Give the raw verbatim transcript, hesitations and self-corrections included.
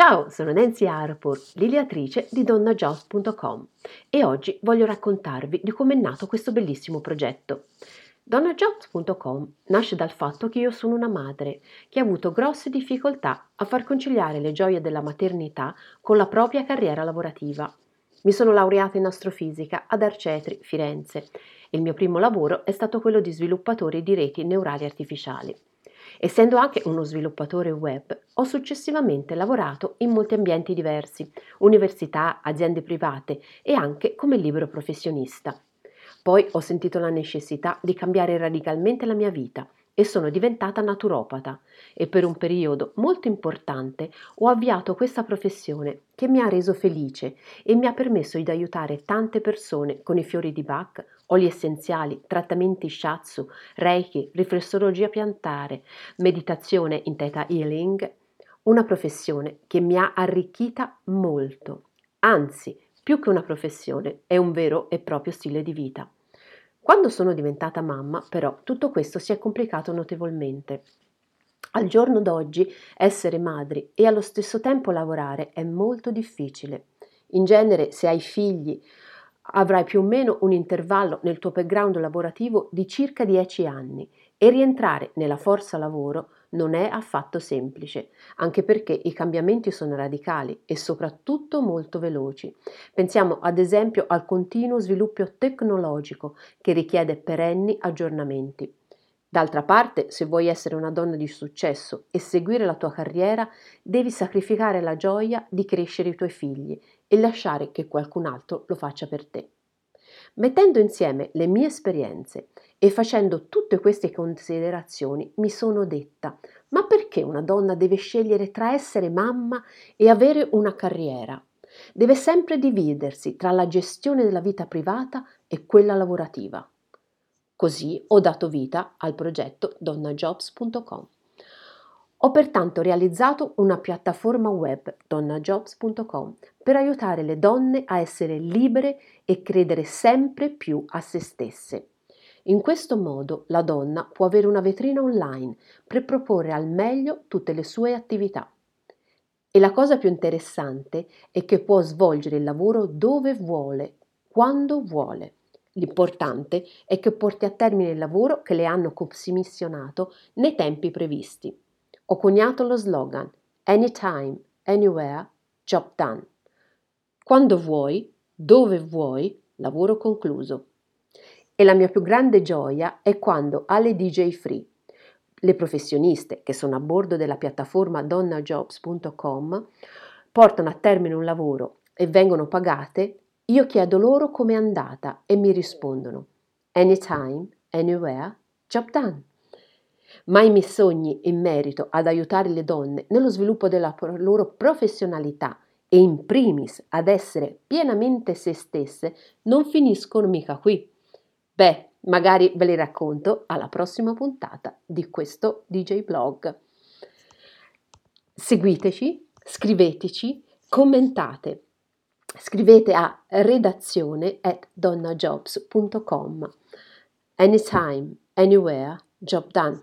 Ciao, sono Nancy Arapur, l'ideatrice di donna jobs punto com e oggi voglio raccontarvi di come è nato questo bellissimo progetto. donna jobs punto com nasce dal fatto che io sono una madre che ha avuto grosse difficoltà a far conciliare le gioie della maternità con la propria carriera lavorativa. Mi sono laureata in astrofisica ad Arcetri, Firenze, e il mio primo lavoro è stato quello di sviluppatore di reti neurali artificiali. Essendo anche uno sviluppatore web, ho successivamente lavorato in molti ambienti diversi, università, aziende private e anche come libero professionista. Poi ho sentito la necessità di cambiare radicalmente la mia vita e sono diventata naturopata e per un periodo molto importante ho avviato questa professione che mi ha reso felice e mi ha permesso di aiutare tante persone con i fiori di Bach, oli essenziali, trattamenti shiatsu, reiki, riflessologia piantare, meditazione in theta healing, una professione che mi ha arricchita molto. Anzi, più che una professione, è un vero e proprio stile di vita. Quando sono diventata mamma, però, tutto questo si è complicato notevolmente. Al giorno d'oggi essere madri e allo stesso tempo lavorare è molto difficile. In genere, se hai figli, avrai più o meno un intervallo nel tuo background lavorativo di circa dieci anni e rientrare nella forza lavoro non è affatto semplice, anche perché i cambiamenti sono radicali e soprattutto molto veloci. Pensiamo ad esempio al continuo sviluppo tecnologico che richiede perenni aggiornamenti. D'altra parte, se vuoi essere una donna di successo e seguire la tua carriera, devi sacrificare la gioia di crescere i tuoi figli e lasciare che qualcun altro lo faccia per te. Mettendo insieme le mie esperienze e facendo tutte queste considerazioni, mi sono detta: ma perché una donna deve scegliere tra essere mamma e avere una carriera? Deve sempre dividersi tra la gestione della vita privata e quella lavorativa. Così ho dato vita al progetto donna jobs punto com. Ho pertanto realizzato una piattaforma web, donna jobs punto com, per aiutare le donne a essere libere e credere sempre più a se stesse. In questo modo la donna può avere una vetrina online per proporre al meglio tutte le sue attività. E la cosa più interessante è che può svolgere il lavoro dove vuole, quando vuole. L'importante è che porti a termine il lavoro che le hanno commissionato nei tempi previsti. Ho coniato lo slogan Anytime, Anywhere, Job Done. Quando vuoi, dove vuoi, lavoro concluso. E la mia più grande gioia è quando alle D J Free, le professioniste che sono a bordo della piattaforma donna jobs punto com, portano a termine un lavoro e vengono pagate, io chiedo loro com'è andata e mi rispondono Anytime, Anywhere, Job Done. Ma i miei sogni in merito ad aiutare le donne nello sviluppo della loro professionalità e in primis ad essere pienamente se stesse non finiscono mica qui. Beh, magari ve li racconto alla prossima puntata di questo D J Blog. Seguiteci, scriveteci, commentate. Scrivete a redazione at donna jobs punto com. Anytime, anywhere, job done.